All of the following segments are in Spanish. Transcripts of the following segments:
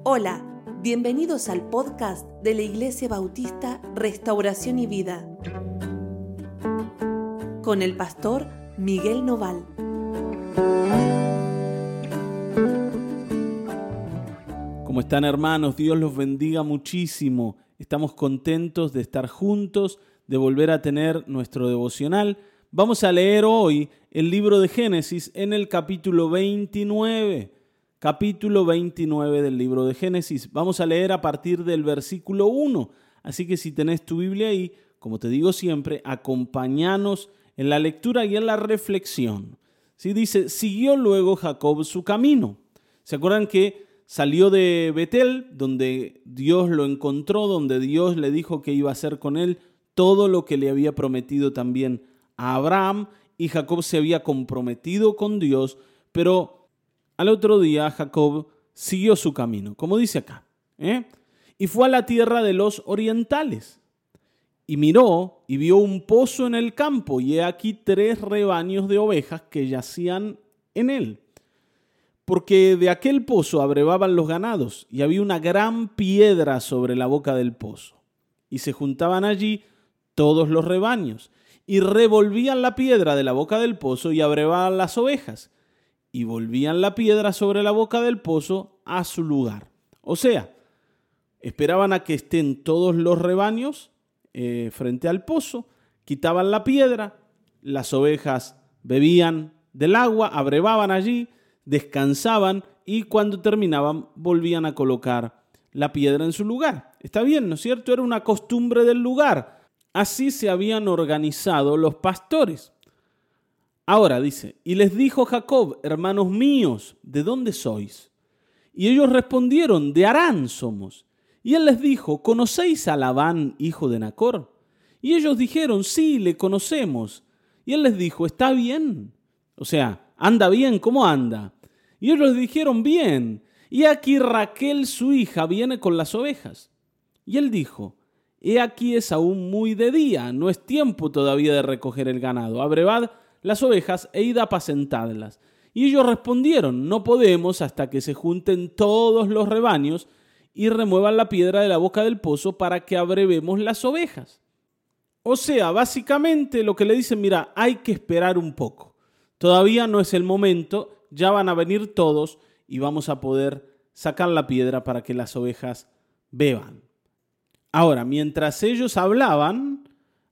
Hola, bienvenidos al podcast de la Iglesia Bautista Restauración y Vida con el pastor Miguel Noval. ¿Cómo están, hermanos? Dios los bendiga muchísimo. Estamos contentos de estar juntos, de volver a tener nuestro devocional. Vamos a leer hoy el libro de Génesis en el capítulo 29. Capítulo 29 del libro de Génesis. Vamos a leer a partir del versículo 1. Así que si tenés tu Biblia ahí, como te digo siempre, acompáñanos en la lectura y en la reflexión. ¿Sí? Dice, siguió luego Jacob su camino. ¿Se acuerdan que salió de Betel, donde Dios lo encontró, donde Dios le dijo que iba a hacer con él todo lo que le había prometido también a Abraham? Y Jacob se había comprometido con Dios, pero al otro día Jacob siguió su camino, como dice acá, y fue a la tierra de los orientales. Y miró y vio un pozo en el campo, y he aquí 3 rebaños de ovejas que yacían en él. Porque de aquel pozo abrevaban los ganados, y había una gran piedra sobre la boca del pozo. Y se juntaban allí todos los rebaños, y revolvían la piedra de la boca del pozo y abrevaban las ovejas, y volvían la piedra sobre la boca del pozo a su lugar. O sea, esperaban a que estén todos los rebaños frente al pozo, quitaban la piedra, las ovejas bebían del agua, abrevaban allí, descansaban y cuando terminaban volvían a colocar la piedra en su lugar. Está bien, ¿no es cierto? Era una costumbre del lugar. Así se habían organizado los pastores. Ahora dice, y les dijo Jacob, hermanos míos, ¿de dónde sois? Y ellos respondieron, de Harán somos. Y él les dijo, ¿conocéis a Labán, hijo de Nacor? Y ellos dijeron, sí, le conocemos. Y él les dijo, ¿está bien? O sea, ¿anda bien? ¿Cómo anda? Y ellos dijeron, bien. Y aquí Raquel, su hija, viene con las ovejas. Y él dijo, he aquí es aún muy de día, no es tiempo todavía de recoger el ganado. Abrevad las ovejas e id a apacentadlas. Y ellos respondieron, no podemos hasta que se junten todos los rebaños y remuevan la piedra de la boca del pozo para que abrevemos las ovejas. O sea, básicamente lo que le dicen, mira, hay que esperar un poco. Todavía no es el momento, ya van a venir todos y vamos a poder sacar la piedra para que las ovejas beban. Ahora, mientras ellos hablaban,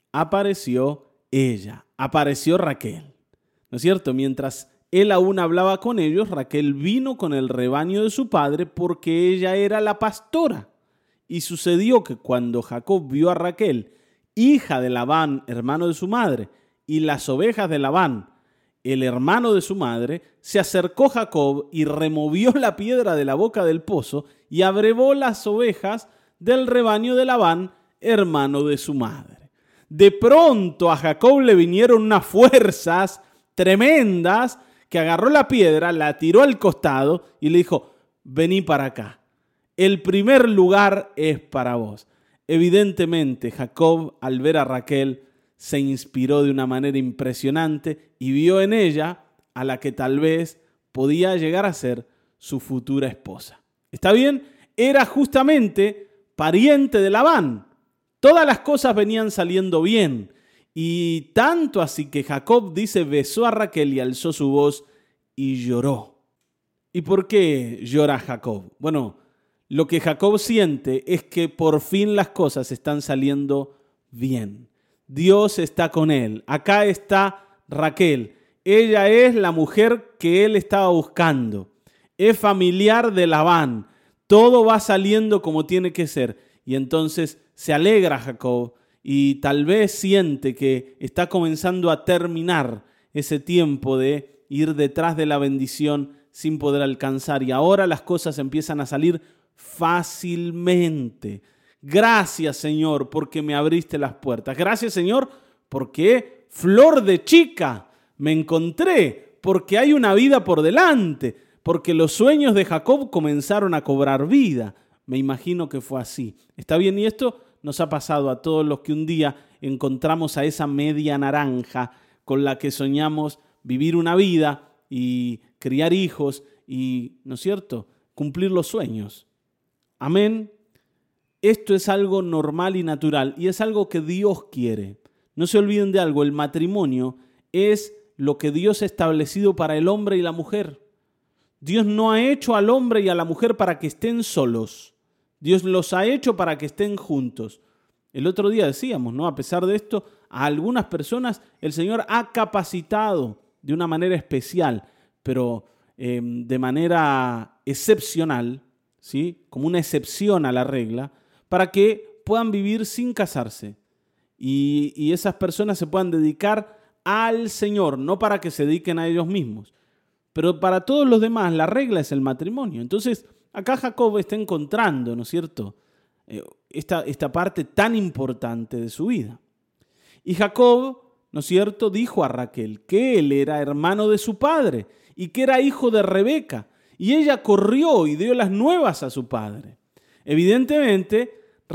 apareció ella. Apareció Raquel, ¿no es cierto? Mientras él aún hablaba con ellos, Raquel vino con el rebaño de su padre porque ella era la pastora. Y sucedió que cuando Jacob vio a Raquel, hija de Labán, hermano de su madre, y las ovejas de Labán, el hermano de su madre, se acercó Jacob y removió la piedra de la boca del pozo y abrevó las ovejas del rebaño de Labán, hermano de su madre. De pronto a Jacob le vinieron unas fuerzas tremendas que agarró la piedra, la tiró al costado y le dijo, vení para acá. El primer lugar es para vos. Evidentemente, Jacob, al ver a Raquel, se inspiró de una manera impresionante y vio en ella a la que tal vez podía llegar a ser su futura esposa. ¿Está bien? Era justamente pariente de Labán. Todas las cosas venían saliendo bien y tanto así que Jacob dice besó a Raquel y alzó su voz y lloró. ¿Y por qué llora Jacob? Bueno, lo que Jacob siente es que por fin las cosas están saliendo bien. Dios está con él. Acá está Raquel. Ella es la mujer que él estaba buscando. Es familiar de Labán. Todo va saliendo como tiene que ser. Y entonces se alegra Jacob y tal vez siente que está comenzando a terminar ese tiempo de ir detrás de la bendición sin poder alcanzar. Y ahora las cosas empiezan a salir fácilmente. Gracias, Señor, porque me abriste las puertas. Gracias, Señor, porque flor de chica me encontré, porque hay una vida por delante, porque los sueños de Jacob comenzaron a cobrar vida. Me imagino que fue así. ¿Está bien? Y esto nos ha pasado a todos los que un día encontramos a esa media naranja con la que soñamos vivir una vida y criar hijos y, ¿no es cierto?, cumplir los sueños. Amén. Esto es algo normal y natural y es algo que Dios quiere. No se olviden de algo, el matrimonio es lo que Dios ha establecido para el hombre y la mujer. Dios no ha hecho al hombre y a la mujer para que estén solos. Dios los ha hecho para que estén juntos. El otro día decíamos, ¿no? A pesar de esto, a algunas personas el Señor ha capacitado de una manera especial, pero de manera excepcional, ¿sí? Como una excepción a la regla, para que puedan vivir sin casarse y esas personas se puedan dedicar al Señor, no para que se dediquen a ellos mismos. Pero para todos los demás la regla es el matrimonio. Entonces acá Jacob está encontrando, ¿no es cierto?, esta parte tan importante de su vida. Y Jacob, ¿no es cierto?, dijo a Raquel que él era hermano de su padre y que era hijo de Rebeca. Y ella corrió y dio las nuevas a su padre. Evidentemente,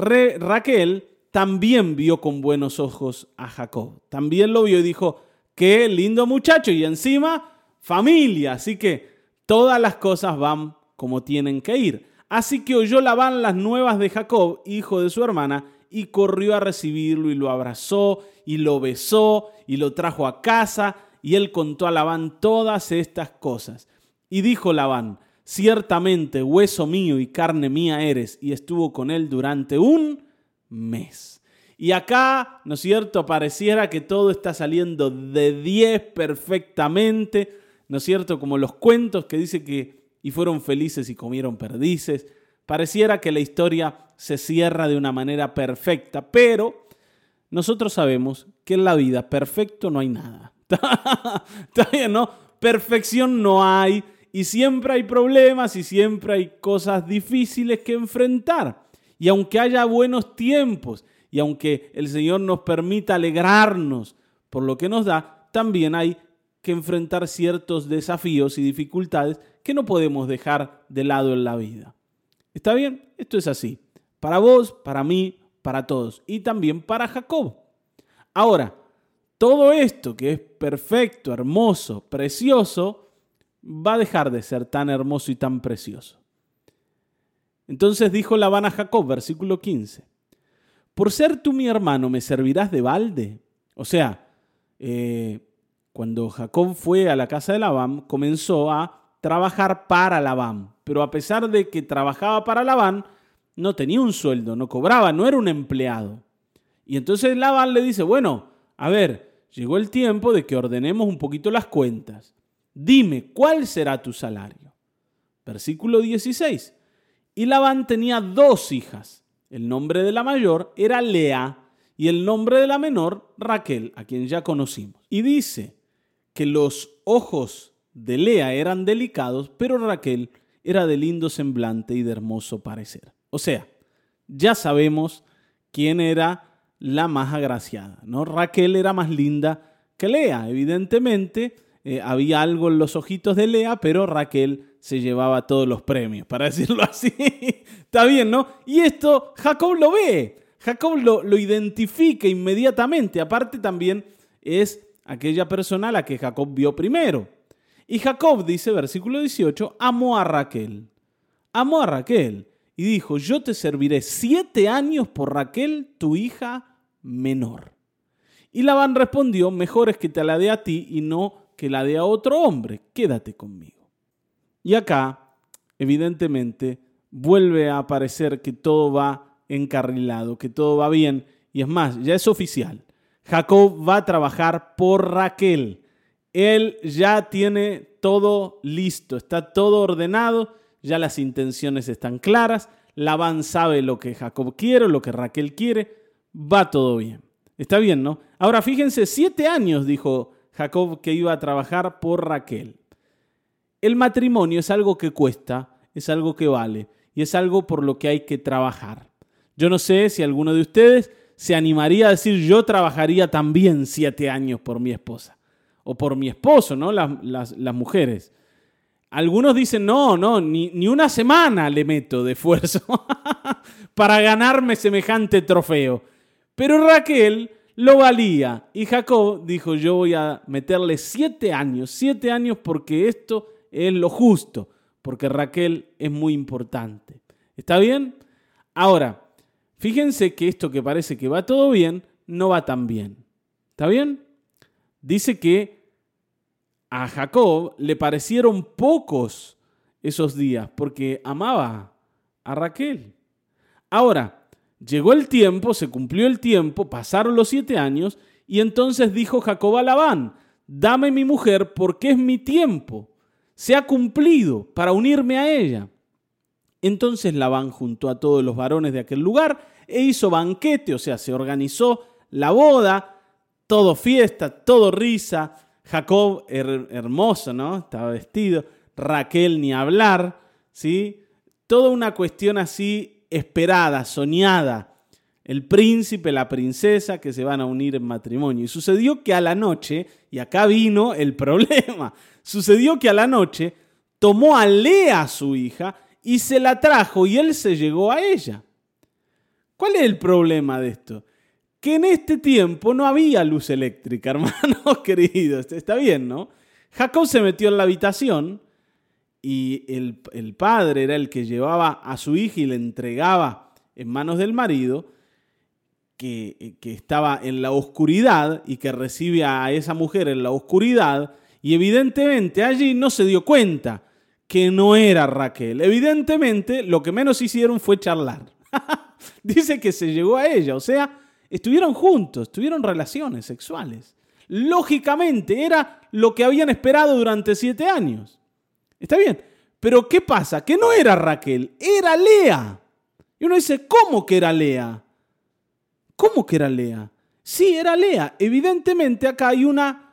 Raquel también vio con buenos ojos a Jacob. También lo vio y dijo, qué lindo muchacho y encima familia. Así que todas las cosas van como tienen que ir. Así que oyó Labán las nuevas de Jacob, hijo de su hermana, y corrió a recibirlo y lo abrazó y lo besó y lo trajo a casa. Y él contó a Labán todas estas cosas. Y dijo Labán, ciertamente hueso mío y carne mía eres. Y estuvo con él durante un mes. Y acá, ¿no es cierto?, pareciera que todo está saliendo de 10 perfectamente, ¿no es cierto?, como los cuentos que dice que y fueron felices y comieron perdices. Pareciera que la historia se cierra de una manera perfecta, pero nosotros sabemos que en la vida perfecto no hay nada. ¿Está bien, no? Perfección no hay y siempre hay problemas y siempre hay cosas difíciles que enfrentar. Y aunque haya buenos tiempos y aunque el Señor nos permita alegrarnos por lo que nos da, también hay que enfrentar ciertos desafíos y dificultades que no podemos dejar de lado en la vida. ¿Está bien? Esto es así. Para vos, para mí, para todos. Y también para Jacob. Ahora, todo esto que es perfecto, hermoso, precioso, va a dejar de ser tan hermoso y tan precioso. Entonces dijo Labán a Jacob, versículo 15, por ser tú mi hermano, ¿me servirás de balde? O sea, cuando Jacob fue a la casa de Labán, comenzó a trabajar para Labán. Pero a pesar de que trabajaba para Labán, no tenía un sueldo, no cobraba, no era un empleado. Y entonces Labán le dice, bueno, a ver, llegó el tiempo de que ordenemos un poquito las cuentas. Dime, ¿cuál será tu salario? Versículo 16. Y Labán tenía 2 hijas. El nombre de la mayor era Lea y el nombre de la menor Raquel, a quien ya conocimos. Y dice que los ojos de Lea eran delicados, pero Raquel era de lindo semblante y de hermoso parecer. O sea, ya sabemos quién era la más agraciada, ¿no? Raquel era más linda que Lea. Evidentemente, había algo en los ojitos de Lea, pero Raquel se llevaba todos los premios, para decirlo así. Está bien, ¿no? Y esto Jacob lo ve. Jacob lo identifica inmediatamente. Aparte también es aquella persona a la que Jacob vio primero. Y Jacob, dice, versículo 18, amó a Raquel. Amó a Raquel. Y dijo, yo te serviré 7 años por Raquel, tu hija menor. Y Labán respondió, mejor es que te la dé a ti y no que la dé a otro hombre. Quédate conmigo. Y acá, evidentemente, vuelve a aparecer que todo va encarrilado, que todo va bien. Y es más, ya es oficial. Jacob va a trabajar por Raquel. Él ya tiene todo listo, está todo ordenado, ya las intenciones están claras. Labán sabe lo que Jacob quiere, lo que Raquel quiere. Va todo bien. Está bien, ¿no? Ahora fíjense, 7 años dijo Jacob que iba a trabajar por Raquel. El matrimonio es algo que cuesta, es algo que vale y es algo por lo que hay que trabajar. Yo no sé si alguno de ustedes se animaría a decir yo trabajaría también 7 años por mi esposa o por mi esposo, ¿no? Las mujeres. Algunos dicen no, ni una semana le meto de esfuerzo para ganarme semejante trofeo. Pero Raquel lo valía y Jacob dijo yo voy a meterle 7 años porque esto es lo justo, porque Raquel es muy importante. ¿Está bien? Ahora, fíjense que esto que parece que va todo bien, no va tan bien. ¿Está bien? Dice que a Jacob le parecieron pocos esos días porque amaba a Raquel. Ahora, llegó el tiempo, se cumplió el tiempo, pasaron los 7 años y entonces dijo Jacob a Labán: dame mi mujer porque es mi tiempo, se ha cumplido para unirme a ella. Entonces Labán juntó a todos los varones de aquel lugar e hizo banquete, o sea, se organizó la boda, todo fiesta, todo risa. Jacob hermoso, ¿no? Estaba vestido. Raquel ni hablar, ¿sí? Toda una cuestión así esperada, soñada. El príncipe, la princesa que se van a unir en matrimonio. Y sucedió que a la noche, y acá vino el problema, sucedió que a la noche tomó a Lea, su hija, y se la trajo y él se llegó a ella. ¿Cuál es el problema de esto? Que en este tiempo no había luz eléctrica, hermanos queridos. Está bien, ¿no? Jacob se metió en la habitación y el padre era el que llevaba a su hija y le entregaba en manos del marido, que estaba en la oscuridad y que recibe a esa mujer en la oscuridad, y evidentemente allí no se dio cuenta que no era Raquel. Evidentemente lo que menos hicieron fue charlar. Dice que se llegó a ella, o sea, estuvieron juntos, tuvieron relaciones sexuales. Lógicamente era lo que habían esperado durante 7 años. Está bien, pero ¿qué pasa? Que no era Raquel, era Lea. Y uno dice, ¿cómo que era Lea? ¿Cómo que era Lea? Sí, era Lea. Evidentemente acá hay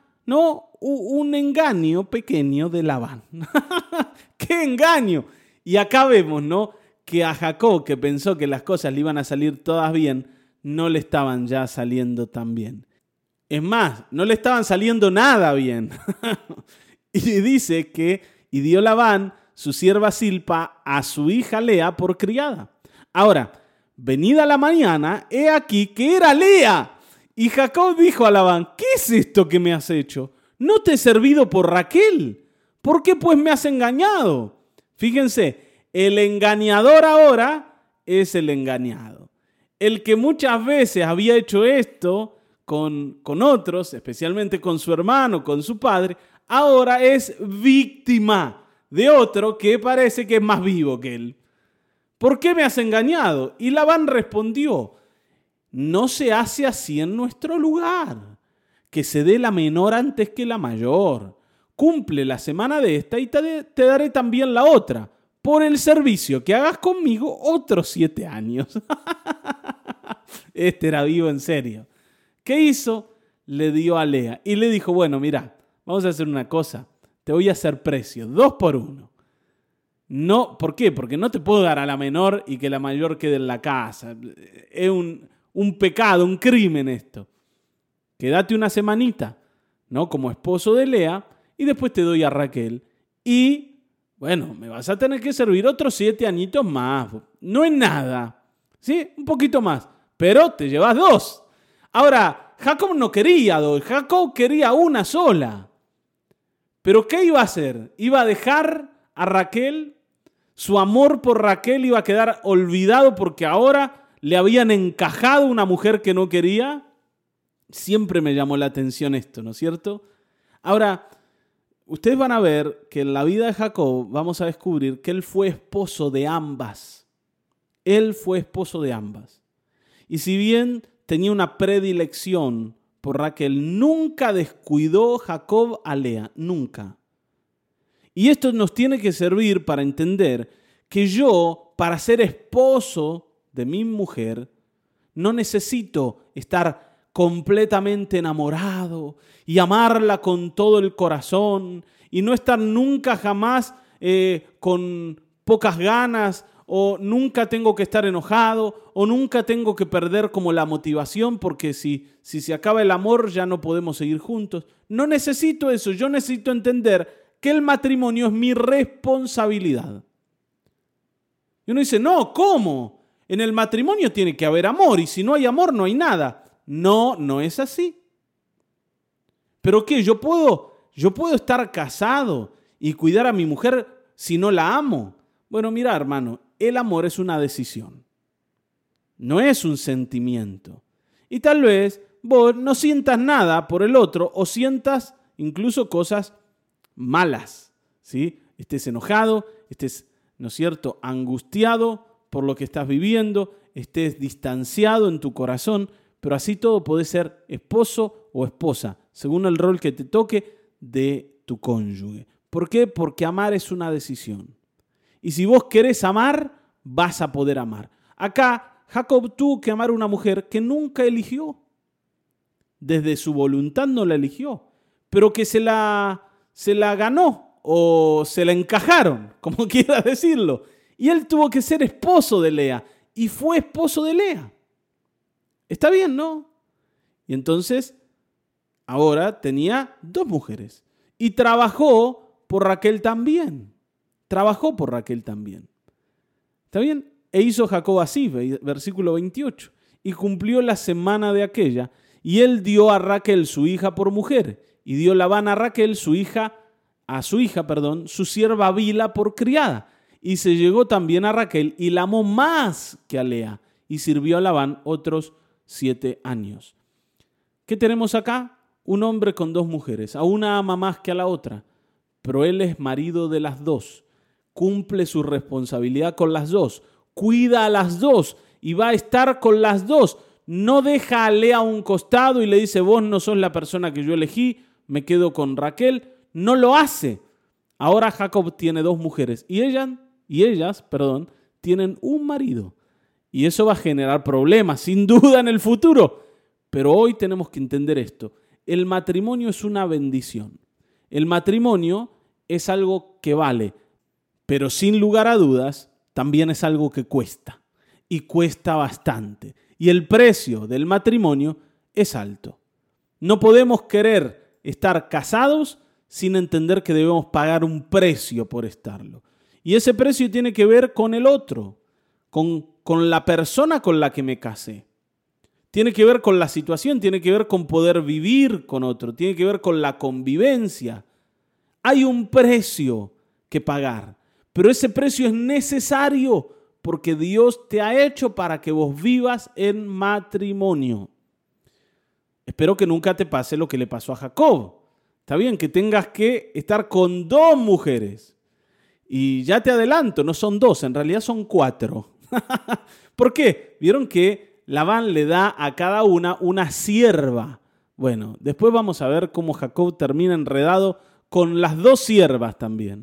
un engaño pequeño de Labán. ¡Qué engaño! Y acá vemos, ¿no?, que a Jacob, que pensó que las cosas le iban a salir todas bien, no le estaban ya saliendo tan bien. Es más, no le estaban saliendo nada bien. Y dice que, y dio Labán su sierva Zilpa a su hija Lea por criada. Ahora, venida la mañana, he aquí que era Lea. Y Jacob dijo a Labán: ¿qué es esto que me has hecho? ¿No te he servido por Raquel? ¿Por qué pues me has engañado? Fíjense, el engañador ahora es el engañado. El que muchas veces había hecho esto con otros, especialmente con su hermano, con su padre, ahora es víctima de otro que parece que es más vivo que él. ¿Por qué me has engañado? Y Labán respondió: no se hace así en nuestro lugar, que se dé la menor antes que la mayor. Cumple la semana de esta y te daré también la otra, por el servicio que hagas conmigo otros 7 años. Este era vivo en serio. ¿Qué hizo? Le dio a Lea y le dijo: bueno, mira, vamos a hacer una cosa. Te voy a hacer precio, 2 por 1. No, ¿por qué? Porque no te puedo dar a la menor y que la mayor quede en la casa. Es un pecado, un crimen esto. Quédate una semanita, ¿no?, como esposo de Lea, y después te doy a Raquel. Y, bueno, me vas a tener que servir otros 7 añitos más. No es nada, ¿sí? Un poquito más, pero te llevas 2. Ahora, Jacob no quería 2, Jacob quería una sola. ¿Pero qué iba a hacer? ¿Iba a dejar a Raquel? ¿Su amor por Raquel iba a quedar olvidado porque ahora le habían encajado una mujer que no quería? Siempre me llamó la atención esto, ¿no es cierto? Ahora, ustedes van a ver que en la vida de Jacob vamos a descubrir que él fue esposo de ambas. Él fue esposo de ambas. Y si bien tenía una predilección por Raquel, nunca descuidó Jacob a Lea, nunca. Y esto nos tiene que servir para entender que yo, para ser esposo de mi mujer, no necesito estar completamente enamorado y amarla con todo el corazón y no estar nunca jamás con pocas ganas, o nunca tengo que estar enojado, o nunca tengo que perder como la motivación porque si se acaba el amor ya no podemos seguir juntos. No necesito eso, yo necesito entender que el matrimonio es mi responsabilidad. Y uno dice: no, ¿cómo? En el matrimonio tiene que haber amor y si no hay amor no hay nada. No, no es así. ¿Pero qué? ¿Yo puedo estar casado y cuidar a mi mujer si no la amo? Bueno, mira, hermano, el amor es una decisión, no es un sentimiento. Y tal vez vos no sientas nada por el otro o sientas incluso cosas malas, ¿sí? Estés enojado, estés, ¿no es cierto?, angustiado por lo que estás viviendo, estés distanciado en tu corazón, pero así todo podés ser esposo o esposa, según el rol que te toque de tu cónyuge. ¿Por qué? Porque amar es una decisión. Y si vos querés amar, vas a poder amar. Acá, Jacob tuvo que amar a una mujer que nunca eligió. Desde su voluntad no la eligió, pero que se la ganó o se la encajaron, como quieras decirlo. Y él tuvo que ser esposo de Lea y fue esposo de Lea. Está bien, ¿no? Y entonces, ahora tenía 2 mujeres y trabajó por Raquel también. Trabajó por Raquel también. ¿Está bien? E hizo Jacob así, versículo 28. Y cumplió la semana de aquella, y él dio a Raquel su hija por mujer, y dio Labán a Raquel su hija, su sierva Bila por criada. Y se llegó también a Raquel y la amó más que a Lea, y sirvió a Labán otros 7 años. ¿Qué tenemos acá? Un hombre con 2 mujeres. A una ama más que a la otra, pero él es marido de las 2. Cumple su responsabilidad con las 2. Cuida a las 2 y va a estar con las 2. No deja a Lea a un costado y le dice, vos no sos la persona que yo elegí, me quedo con Raquel. No lo hace. Ahora Jacob tiene 2 mujeres y ellas tienen un marido. Y eso va a generar problemas, sin duda, en el futuro. Pero hoy tenemos que entender esto. El matrimonio es una bendición. El matrimonio es algo que vale, pero sin lugar a dudas, también es algo que cuesta. Y cuesta bastante. Y el precio del matrimonio es alto. No podemos querer estar casados sin entender que debemos pagar un precio por estarlo. Y ese precio tiene que ver con el otro, con la persona con la que me casé. Tiene que ver con la situación, tiene que ver con poder vivir con otro, tiene que ver con la convivencia. Hay un precio que pagar, pero ese precio es necesario porque Dios te ha hecho para que vos vivas en matrimonio. Espero que nunca te pase lo que le pasó a Jacob. Está bien que tengas que estar con 2 mujeres. Y ya te adelanto, no son 2, en realidad son 4. ¿Por qué? Vieron que Labán le da a cada una sierva. Bueno, después vamos a ver cómo Jacob termina enredado con las 2 siervas también.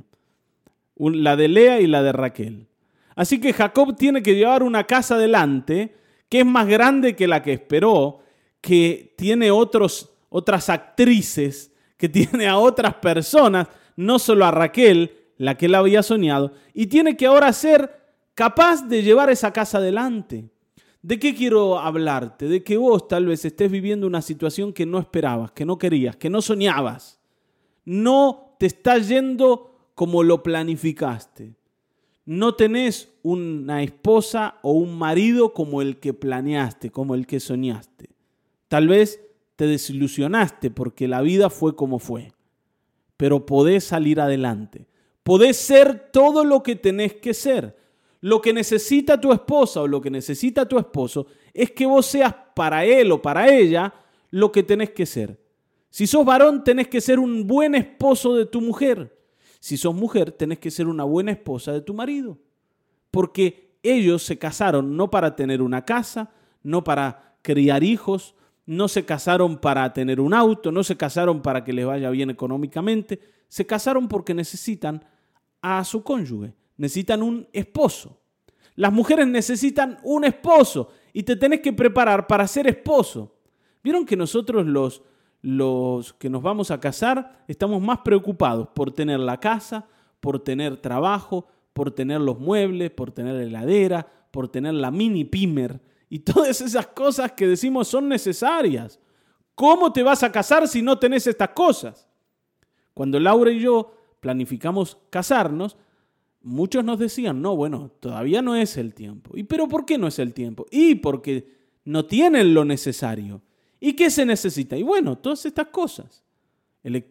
La de Lea y la de Raquel. Así que Jacob tiene que llevar una casa adelante que es más grande que la que esperó, que tiene otras actrices, que tiene a otras personas, no solo a Raquel, la que él había soñado, y tiene que ahora ser capaz de llevar esa casa adelante. ¿De qué quiero hablarte? De que vos tal vez estés viviendo una situación que no esperabas, que no querías, que no soñabas. No te está yendo como lo planificaste. No tenés una esposa o un marido como el que planeaste, como el que soñaste. Tal vez te desilusionaste porque la vida fue como fue. Pero podés salir adelante. Podés ser todo lo que tenés que ser. Lo que necesita tu esposa o lo que necesita tu esposo es que vos seas para él o para ella lo que tenés que ser. Si sos varón, tenés que ser un buen esposo de tu mujer. Si sos mujer, tenés que ser una buena esposa de tu marido. Porque ellos se casaron no para tener una casa, no para criar hijos, no se casaron para tener un auto, no se casaron para que les vaya bien económicamente. Se casaron porque necesitan a su cónyuge, necesitan un esposo. Las mujeres necesitan un esposo y te tenés que preparar para ser esposo. ¿Vieron que nosotros los que nos vamos a casar estamos más preocupados por tener la casa, por tener trabajo, por tener los muebles, por tener la heladera, por tener la mini pimer y todas esas cosas que decimos son necesarias? ¿Cómo te vas a casar si no tenés estas cosas? Cuando Laura y yo planificamos casarnos, muchos nos decían, no, bueno, todavía no es el tiempo. ¿Y pero por qué no es el tiempo? Y porque no tienen lo necesario. ¿Y qué se necesita? Y bueno, todas estas cosas.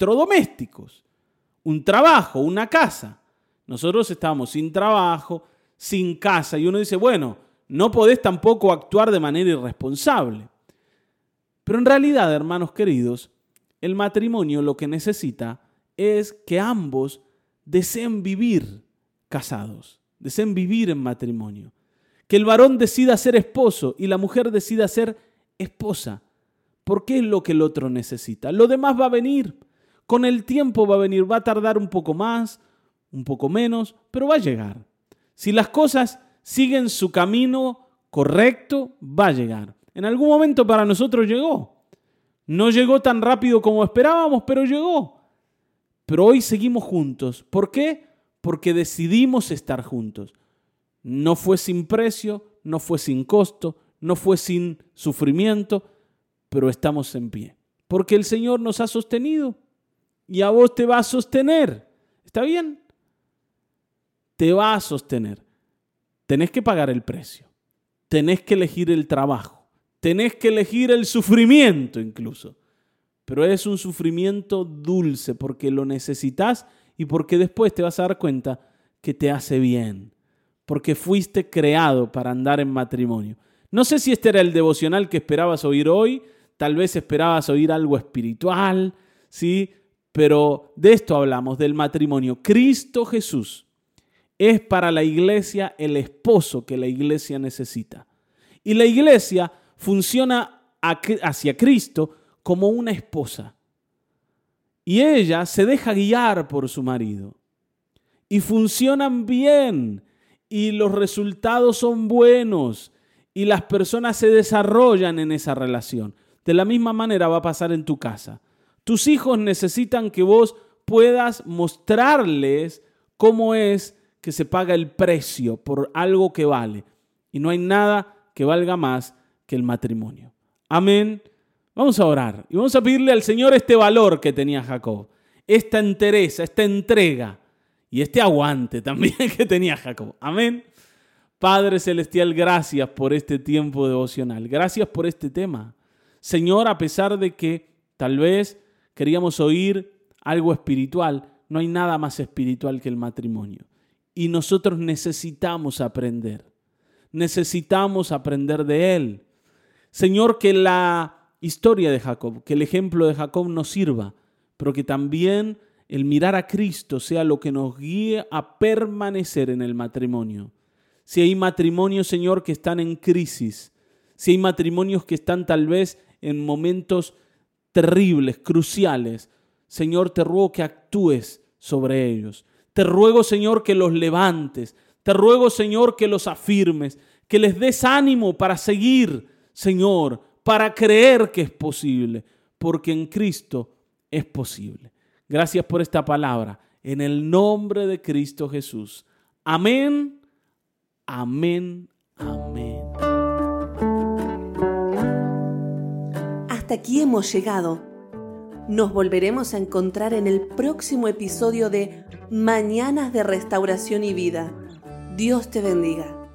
Electrodomésticos, un trabajo, una casa. Nosotros estábamos sin trabajo, sin casa. Y uno dice, bueno, no podés tampoco actuar de manera irresponsable. Pero en realidad, hermanos queridos, el matrimonio lo que necesita es que ambos deseen vivir casados, deseen vivir en matrimonio. Que el varón decida ser esposo y la mujer decida ser esposa. Porque es lo que el otro necesita. Lo demás va a venir. Con el tiempo va a venir. Va a tardar un poco más, un poco menos, pero va a llegar. Si las cosas siguen su camino correcto, va a llegar. En algún momento para nosotros llegó. No llegó tan rápido como esperábamos, pero llegó. Pero hoy seguimos juntos. ¿Por qué? Porque decidimos estar juntos. No fue sin precio, no fue sin costo, no fue sin sufrimiento, pero estamos en pie. Porque el Señor nos ha sostenido y a vos te va a sostener. ¿Está bien? Te va a sostener. Tenés que pagar el precio. Tenés que elegir el trabajo. Tenés que elegir el sufrimiento incluso. Pero es un sufrimiento dulce porque lo necesitas y porque después te vas a dar cuenta que te hace bien. Porque fuiste creado para andar en matrimonio. No sé si este era el devocional que esperabas oír hoy. Tal vez esperabas oír algo espiritual, ¿sí? Pero de esto hablamos, del matrimonio. Cristo Jesús es para la iglesia el esposo que la iglesia necesita. Y la iglesia funciona hacia Cristo como una esposa. Y ella se deja guiar por su marido. Y funcionan bien. Y los resultados son buenos. Y las personas se desarrollan en esa relación. De la misma manera va a pasar en tu casa. Tus hijos necesitan que vos puedas mostrarles cómo es que se paga el precio por algo que vale. Y no hay nada que valga más que el matrimonio. Amén. Vamos a orar y vamos a pedirle al Señor este valor que tenía Jacob. Esta entereza, esta entrega y este aguante también que tenía Jacob. Amén. Padre Celestial, gracias por este tiempo devocional. Gracias por este tema. Señor, a pesar de que tal vez queríamos oír algo espiritual, no hay nada más espiritual que el matrimonio. Y nosotros necesitamos aprender. Necesitamos aprender de él. Señor, que la historia de Jacob, que el ejemplo de Jacob nos sirva, pero que también el mirar a Cristo sea lo que nos guíe a permanecer en el matrimonio. Si hay matrimonios, Señor, que están en crisis, si hay matrimonios que están tal vez en momentos terribles, cruciales, Señor, te ruego que actúes sobre ellos. Te ruego, Señor, que los levantes. Te ruego, Señor, que los afirmes, que les des ánimo para seguir, Señor, para creer que es posible, porque en Cristo es posible. Gracias por esta palabra, en el nombre de Cristo Jesús. Amén, amén, amén. Hasta aquí hemos llegado. Nos volveremos a encontrar en el próximo episodio de Mañanas de Restauración y Vida. Dios te bendiga.